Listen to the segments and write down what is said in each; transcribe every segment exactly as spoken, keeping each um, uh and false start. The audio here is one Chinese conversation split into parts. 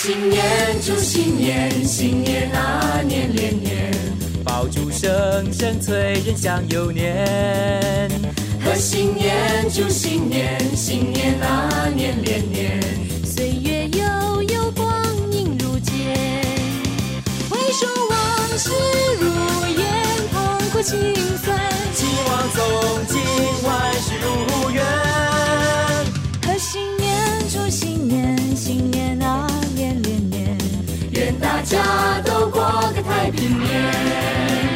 新年祝新年，新年啊年连年， 爆竹声声催人想有年。 贺新年祝新年，新年啊年连年， 岁月悠悠光阴如箭，回首往事如烟，痛苦心酸， 希望从今万事如愿。 贺新年祝新年，新年啊年连年， 愿大家都过个太平年。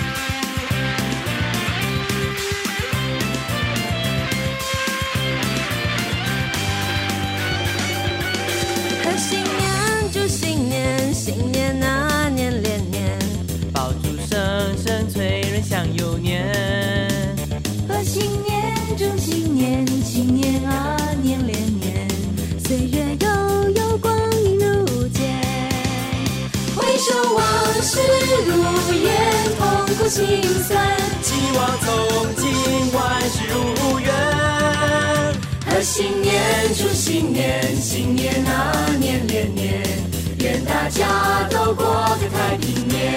贺新年祝新年，新年啊年连年， 爆竹声声催人想有年。 贺新年祝新年，新年啊年连年，岁月悠悠光阴如箭，回首往事如烟，痛苦心酸， 希望从今万事如愿。 贺新年祝新年，新年啊年连年，愿大家都过个太平年。